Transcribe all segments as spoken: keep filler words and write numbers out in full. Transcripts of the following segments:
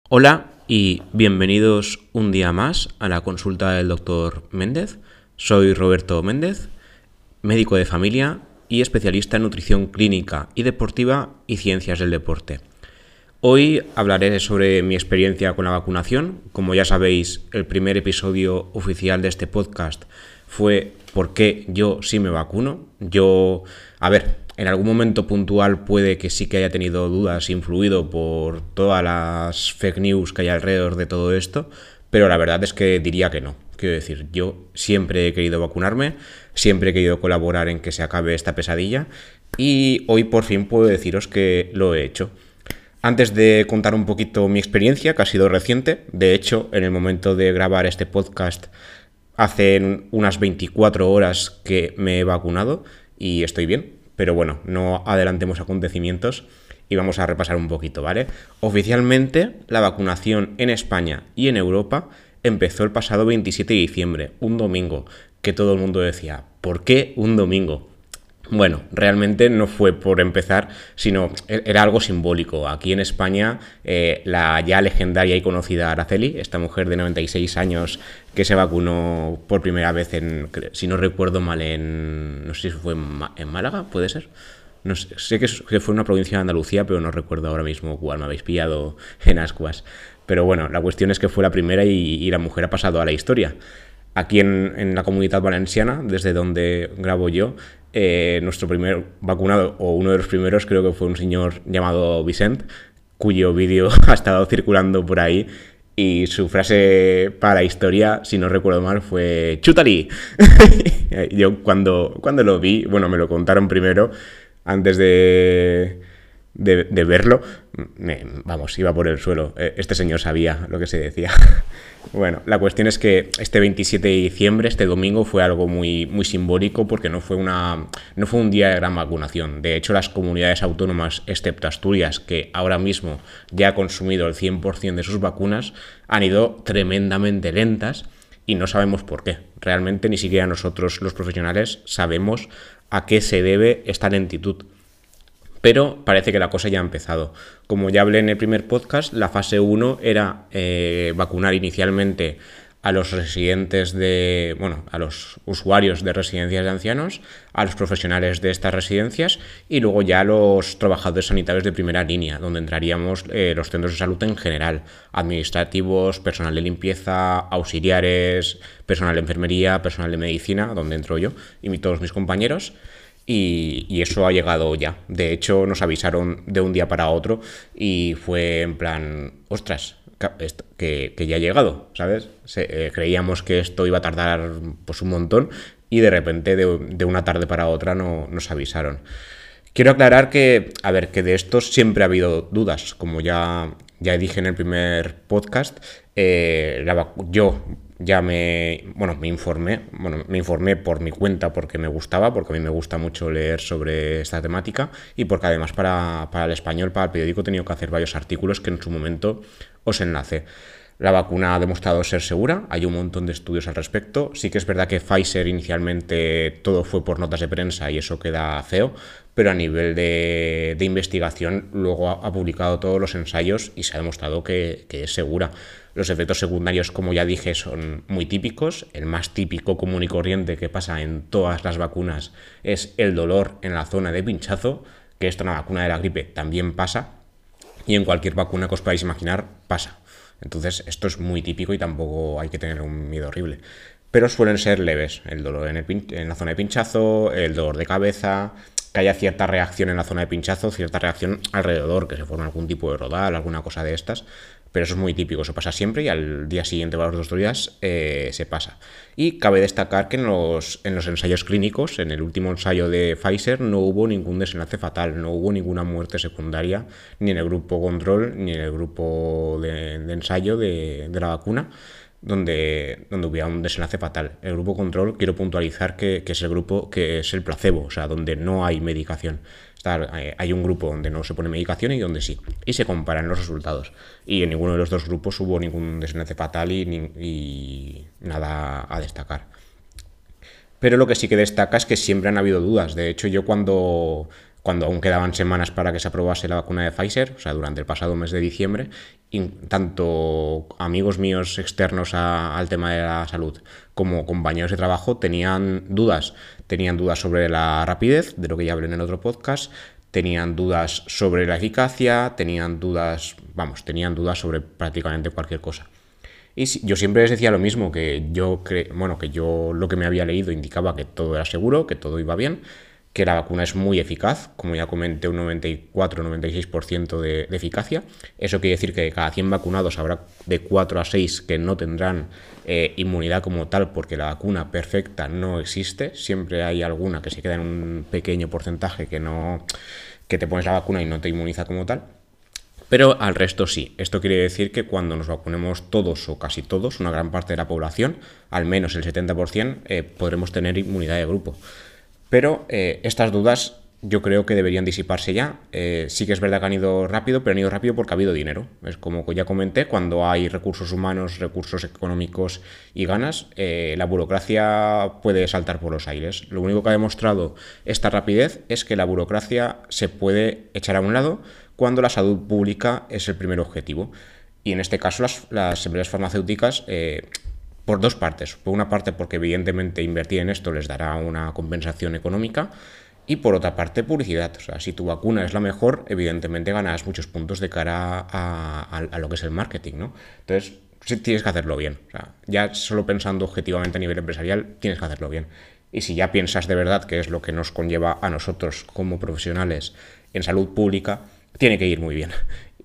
Hola y bienvenidos un día más a la consulta del doctor Méndez. Soy Roberto Méndez, médico de familia y especialista en nutrición clínica y deportiva y ciencias del deporte. Hoy hablaré sobre mi experiencia con la vacunación. Como ya sabéis, el primer episodio oficial de este podcast fue ¿por qué yo sí me vacuno? Yo, a ver, en algún momento puntual puede que sí que haya tenido dudas, influido por todas las fake news que hay alrededor de todo esto, pero la verdad es que diría que no. Quiero decir, yo siempre he querido vacunarme, siempre he querido colaborar en que se acabe esta pesadilla y hoy por fin puedo deciros que lo he hecho. Antes de contar un poquito mi experiencia, que ha sido reciente, de hecho, en el momento de grabar este podcast, hace unas veinticuatro horas que me he vacunado y estoy bien, pero bueno, no adelantemos acontecimientos y vamos a repasar un poquito, ¿vale? Oficialmente, la vacunación en España y en Europa empezó el pasado veintisiete de diciembre, un domingo, que todo el mundo decía, ¿por qué un domingo? Bueno, realmente no fue por empezar, sino era algo simbólico. Aquí en España, eh, la ya legendaria y conocida Araceli, esta mujer de noventa y seis años que se vacunó por primera vez en, si no recuerdo mal, en, no sé si fue en, en Málaga, ¿puede ser? No sé, sé que fue una provincia de Andalucía, pero no recuerdo ahora mismo cuál, me habéis pillado en ascuas. Pero bueno, la cuestión es que fue la primera y, y la mujer ha pasado a la historia. Aquí en, en la Comunidad Valenciana, desde donde grabo yo, eh, nuestro primer vacunado, o uno de los primeros, creo que fue un señor llamado Vicent, cuyo vídeo ha estado circulando por ahí y su frase para la historia, si no recuerdo mal, fue ¡Chútali! Yo cuando, cuando lo vi, bueno, me lo contaron primero, antes de... De, de verlo, me, vamos, iba por el suelo. Este señor sabía lo que se decía. Bueno, la cuestión es que este veintisiete de diciembre, este domingo, fue algo muy, muy simbólico porque no fue, una, no fue un día de gran vacunación. De hecho, las comunidades autónomas, excepto Asturias, que ahora mismo ya ha consumido el cien por ciento de sus vacunas, han ido tremendamente lentas y no sabemos por qué. Realmente ni siquiera nosotros, los profesionales, sabemos a qué se debe esta lentitud. Pero parece que la cosa ya ha empezado. Como ya hablé en el primer podcast, la fase uno era eh, vacunar inicialmente a los residentes de, bueno, a los usuarios de residencias de ancianos, a los profesionales de estas residencias y luego ya a los trabajadores sanitarios de primera línea, donde entraríamos eh, los centros de salud en general, administrativos, personal de limpieza, auxiliares, personal de enfermería, personal de medicina, donde entro yo y todos mis compañeros. Y, y eso ha llegado ya. De hecho, nos avisaron de un día para otro y fue en plan, ostras, que, que ya ha llegado, ¿sabes? Se, eh, creíamos que esto iba a tardar pues un montón y de repente de, de una tarde para otra no, nos avisaron. Quiero aclarar que, a ver, que de esto siempre ha habido dudas, como ya, ya dije en el primer podcast, eh, la, yo ya me, bueno, me informé, bueno, me informé por mi cuenta porque me gustaba, porque a mí me gusta mucho leer sobre esta temática y porque además para, para el español, para el periódico, he tenido que hacer varios artículos que en su momento os enlace. La vacuna ha demostrado ser segura, hay un montón de estudios al respecto. Sí que es verdad que Pfizer inicialmente todo fue por notas de prensa y eso queda feo, pero a nivel de, de investigación luego ha, ha publicado todos los ensayos y se ha demostrado que, que es segura. Los efectos secundarios, como ya dije, son muy típicos. El más típico, común y corriente que pasa en todas las vacunas es el dolor en la zona de pinchazo, que esto en la vacuna de la gripe también pasa y en cualquier vacuna que os podáis imaginar pasa. Entonces esto es muy típico y tampoco hay que tener un miedo horrible. Pero suelen ser leves, el dolor en, el pin- en la zona de pinchazo, el dolor de cabeza, que haya cierta reacción en la zona de pinchazo, cierta reacción alrededor, que se forma algún tipo de rodal, alguna cosa de estas. Pero eso es muy típico, eso pasa siempre y al día siguiente o a los dos días eh, se pasa. Y cabe destacar que en los, en los ensayos clínicos, en el último ensayo de Pfizer, no hubo ningún desenlace fatal, no hubo ninguna muerte secundaria, ni en el grupo control, ni en el grupo de, de ensayo de, de la vacuna, donde, donde hubiera un desenlace fatal. El grupo control, quiero puntualizar que, que es el grupo que es el placebo, o sea, donde no hay medicación. Hay un grupo donde no se pone medicación y donde sí, y se comparan los resultados. Y en ninguno de los dos grupos hubo ningún desenlace fatal y, y nada a destacar. Pero lo que sí que destaca es que siempre han habido dudas. De hecho, yo cuando, cuando aún quedaban semanas para que se aprobase la vacuna de Pfizer, o sea, durante el pasado mes de diciembre, y tanto amigos míos externos a, al tema de la salud como compañeros de trabajo tenían dudas. Tenían dudas sobre la rapidez, de lo que ya hablé en el otro podcast, tenían dudas sobre la eficacia, tenían dudas, vamos, tenían dudas sobre prácticamente cualquier cosa. Y yo siempre les decía lo mismo, que yo, cre bueno, que yo lo que me había leído indicaba que todo era seguro, que todo iba bien, que la vacuna es muy eficaz, como ya comenté, un noventa y cuatro a noventa y seis por ciento de, de eficacia. Eso quiere decir que de cada cien vacunados habrá de cuatro a seis que no tendrán eh, inmunidad como tal, porque la vacuna perfecta no existe. Siempre hay alguna que se queda en un pequeño porcentaje que, no, que te pones la vacuna y no te inmuniza como tal. Pero al resto sí. Esto quiere decir que cuando nos vacunemos todos o casi todos, una gran parte de la población, al menos el setenta por ciento, eh, podremos tener inmunidad de grupo. Pero eh, estas dudas yo creo que deberían disiparse ya. Eh, sí que es verdad que han ido rápido, pero han ido rápido porque ha habido dinero. Es como ya comenté, cuando hay recursos humanos, recursos económicos y ganas, eh, la burocracia puede saltar por los aires. Lo único que ha demostrado esta rapidez es que la burocracia se puede echar a un lado cuando la salud pública es el primer objetivo. Y en este caso las, las empresas farmacéuticas, eh, por dos partes. Por una parte porque evidentemente invertir en esto les dará una compensación económica, y por otra parte publicidad. O sea, si tu vacuna es la mejor, evidentemente ganas muchos puntos de cara a, a, a lo que es el marketing, ¿no? Entonces sí, tienes que hacerlo bien. O sea, ya solo pensando objetivamente a nivel empresarial, tienes que hacerlo bien. Y si ya piensas de verdad que es lo que nos conlleva a nosotros como profesionales en salud pública, tiene que ir muy bien.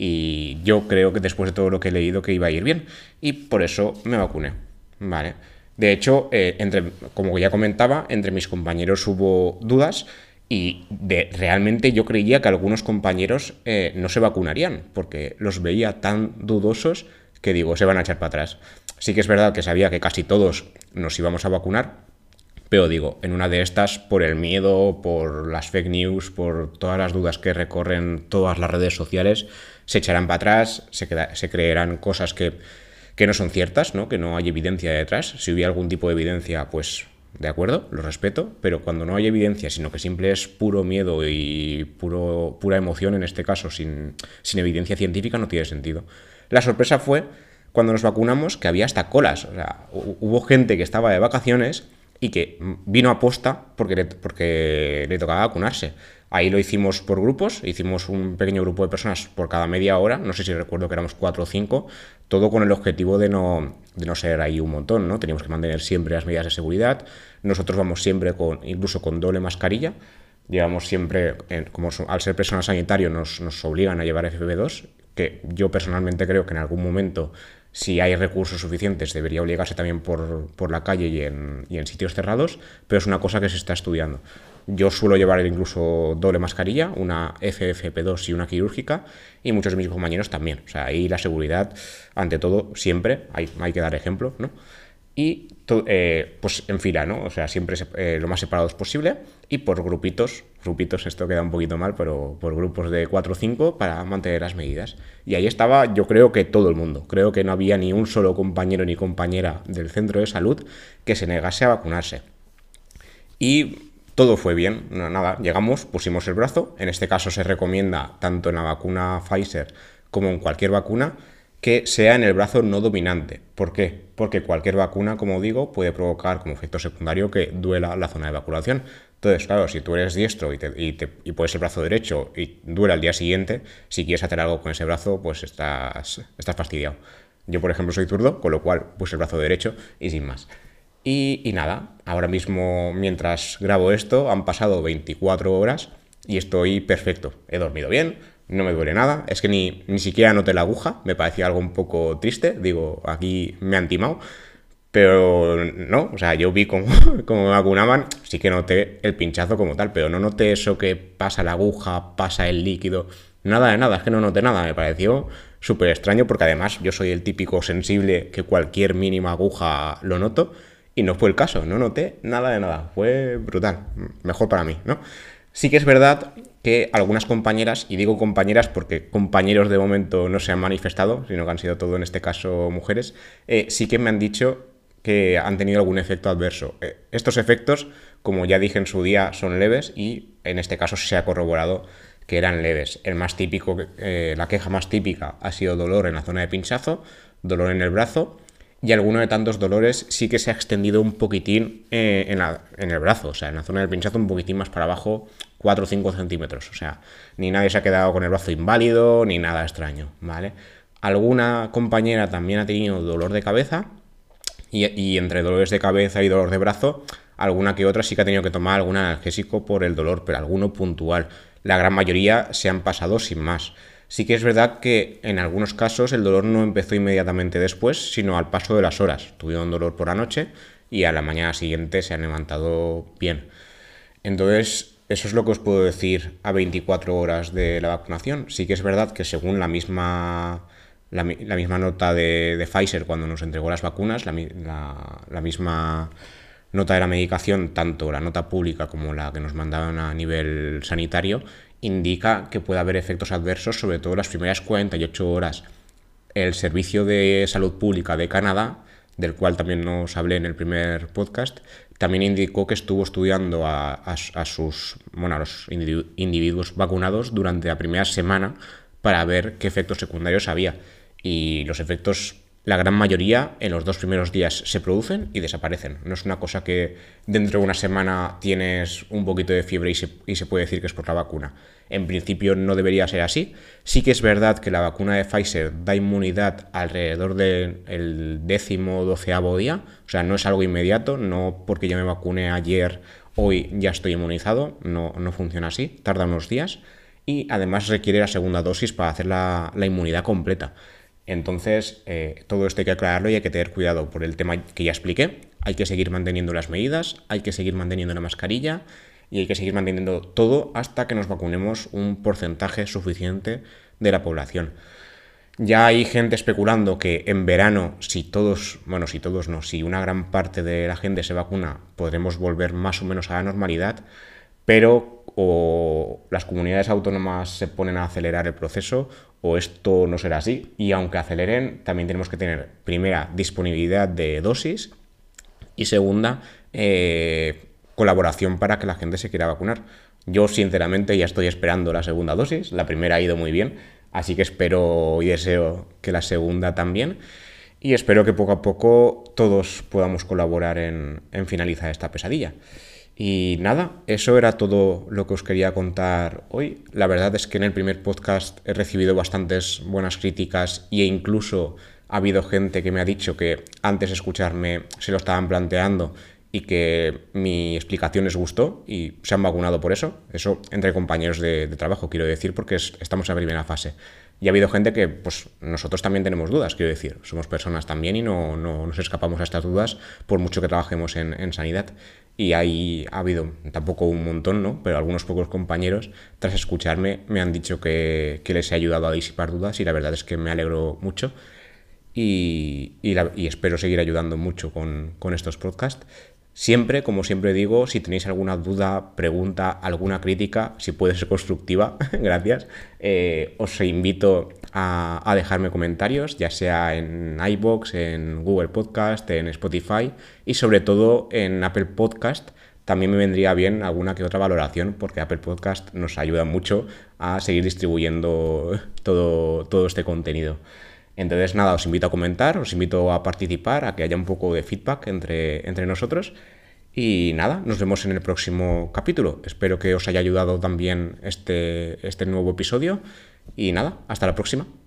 Y yo creo que después de todo lo que he leído que iba a ir bien. Y por eso me vacuné. Vale. De hecho, eh, entre, como ya comentaba, entre mis compañeros hubo dudas y de, realmente yo creía que algunos compañeros eh, no se vacunarían porque los veía tan dudosos que digo, se van a echar para atrás. Sí que es verdad que sabía que casi todos nos íbamos a vacunar, pero digo, en una de estas, por el miedo, por las fake news, por todas las dudas que recorren todas las redes sociales, se echarán para atrás, se, queda, se creerán cosas que, que no son ciertas, ¿no? Que no hay evidencia detrás. Si hubiera algún tipo de evidencia, pues de acuerdo, lo respeto, pero cuando no hay evidencia, sino que simple es puro miedo y puro, pura emoción, en este caso, sin, sin evidencia científica, no tiene sentido. La sorpresa fue cuando nos vacunamos que había hasta colas. O sea, hubo gente que estaba de vacaciones y que vino a posta porque le, porque le tocaba vacunarse. Ahí lo hicimos por grupos, hicimos un pequeño grupo de personas por cada media hora, no sé si recuerdo que éramos cuatro o cinco, todo con el objetivo de no, de no ser ahí un montón, ¿no? Teníamos que mantener siempre las medidas de seguridad. Nosotros vamos siempre con, incluso con doble mascarilla, llevamos siempre, como al ser personal sanitario nos, nos obligan a llevar F F P dos, que yo personalmente creo que en algún momento, si hay recursos suficientes, debería obligarse también por, por la calle y en, y en sitios cerrados, pero es una cosa que se está estudiando. Yo suelo llevar incluso doble mascarilla, una F F P dos y una quirúrgica, y muchos de mis compañeros también. O sea, ahí la seguridad, ante todo, siempre, hay, hay que dar ejemplo, ¿no? Y eh, pues en fila, ¿no? O sea, siempre eh, lo más separados posible, y por grupitos, grupitos, esto queda un poquito mal, pero por grupos de cuatro o cinco para mantener las medidas. Y ahí estaba, yo creo que todo el mundo. Creo que no había ni un solo compañero ni compañera del centro de salud que se negase a vacunarse. Y todo fue bien, no, nada, llegamos, pusimos el brazo. En este caso se recomienda, tanto en la vacuna Pfizer como en cualquier vacuna, que sea en el brazo no dominante. ¿Por qué? Porque cualquier vacuna, como digo, puede provocar como efecto secundario que duela la zona de vacunación. Entonces, claro, si tú eres diestro y, te, y, te, y pones el brazo derecho y duela al día siguiente, si quieres hacer algo con ese brazo, pues estás, estás fastidiado. Yo, por ejemplo, soy zurdo, con lo cual puse el brazo derecho y sin más. Y, y nada, ahora mismo, mientras grabo esto, han pasado veinticuatro horas y estoy perfecto. He dormido bien, no me duele nada, es que ni, ni siquiera noté la aguja, me parecía algo un poco triste, digo, aquí me han timado, pero no, o sea, yo vi cómo, cómo me vacunaban, sí que noté el pinchazo como tal, pero no noté eso que pasa la aguja, pasa el líquido, nada de nada, es que no noté nada, me pareció súper extraño porque además yo soy el típico sensible que cualquier mínima aguja lo noto, y no fue el caso, no noté nada de nada, fue brutal, mejor para mí, ¿no? Sí que es verdad que algunas compañeras, y digo compañeras porque compañeros de momento no se han manifestado, sino que han sido todo en este caso mujeres, eh, sí que me han dicho que han tenido algún efecto adverso. Eh, estos efectos, como ya dije en su día, son leves y en este caso se ha corroborado que eran leves. El más típico, eh, la queja más típica ha sido dolor en la zona de pinchazo, dolor en el brazo, y alguno de tantos dolores sí que se ha extendido un poquitín eh, en, la, en el brazo, o sea, en la zona del pinchazo un poquitín más para abajo, cuatro o cinco centímetros, o sea, ni nadie se ha quedado con el brazo inválido, ni nada extraño, ¿vale? Alguna compañera también ha tenido dolor de cabeza, y, y entre dolores de cabeza y dolor de brazo, alguna que otra sí que ha tenido que tomar algún analgésico por el dolor, pero alguno puntual. La gran mayoría se han pasado sin más. Sí que es verdad que en algunos casos el dolor no empezó inmediatamente después, sino al paso de las horas. Tuvieron dolor por la noche y a la mañana siguiente se han levantado bien. Entonces, eso es lo que os puedo decir a veinticuatro horas de la vacunación. Sí que es verdad que según la misma, la, la misma nota de, de Pfizer cuando nos entregó las vacunas, la, la, la misma nota de la medicación, tanto la nota pública como la que nos mandaban a nivel sanitario, indica que puede haber efectos adversos, sobre todo las primeras cuarenta y ocho horas. El Servicio de Salud Pública de Canadá, del cual también nos hablé en el primer podcast, también indicó que estuvo estudiando a, a, a sus, bueno, a los individuos vacunados durante la primera semana para ver qué efectos secundarios había. Y los efectos, la gran mayoría, en los dos primeros días se producen y desaparecen. No es una cosa que dentro de una semana tienes un poquito de fiebre y se, y se puede decir que es por la vacuna. En principio no debería ser así. Sí que es verdad que la vacuna de Pfizer da inmunidad alrededor del décimo o doceavo día. O sea, no es algo inmediato, no porque yo me vacuné ayer, hoy ya estoy inmunizado. No, no funciona así, tarda unos días. Y además requiere la segunda dosis para hacer la, la inmunidad completa. Entonces, eh, todo esto hay que aclararlo y hay que tener cuidado por el tema que ya expliqué. Hay que seguir manteniendo las medidas, hay que seguir manteniendo la mascarilla y hay que seguir manteniendo todo hasta que nos vacunemos un porcentaje suficiente de la población. Ya hay gente especulando que en verano, si todos, bueno, si todos no, si una gran parte de la gente se vacuna, podremos volver más o menos a la normalidad, pero o las comunidades autónomas se ponen a acelerar el proceso o esto no será así. Y aunque aceleren, también tenemos que tener, primera, disponibilidad de dosis y segunda, eh, colaboración para que la gente se quiera vacunar. Yo, sinceramente, ya estoy esperando la segunda dosis. La primera ha ido muy bien, así que espero y deseo que la segunda también. Y espero que poco a poco todos podamos colaborar en, en finalizar esta pesadilla. Y nada, eso era todo lo que os quería contar hoy. La verdad es que en el primer podcast he recibido bastantes buenas críticas e incluso ha habido gente que me ha dicho que antes de escucharme se lo estaban planteando y que mi explicación les gustó y se han vacunado por eso. Eso entre compañeros de, de trabajo, quiero decir, porque es, estamos en la primera fase. Y ha habido gente que, pues, nosotros también tenemos dudas, quiero decir. Somos personas también y no, no nos escapamos a estas dudas por mucho que trabajemos en, en sanidad. Y ahí ha habido, tampoco un montón, ¿no? Pero algunos pocos compañeros, tras escucharme, me han dicho que, que les he ayudado a disipar dudas y la verdad es que me alegro mucho. Y, y, la, y espero seguir ayudando mucho con, con estos podcasts. Siempre, como siempre digo, si tenéis alguna duda, pregunta, alguna crítica, si puede ser constructiva, gracias, eh, os invito a, a dejarme comentarios, ya sea en iVoox, en Google Podcast, en Spotify y sobre todo en Apple Podcast. También me vendría bien alguna que otra valoración porque Apple Podcast nos ayuda mucho a seguir distribuyendo todo, todo este contenido. Entonces, nada, os invito a comentar, os invito a participar, a que haya un poco de feedback entre, entre nosotros. Y nada, nos vemos en el próximo capítulo. Espero que os haya ayudado también este, este nuevo episodio. Y nada, hasta la próxima.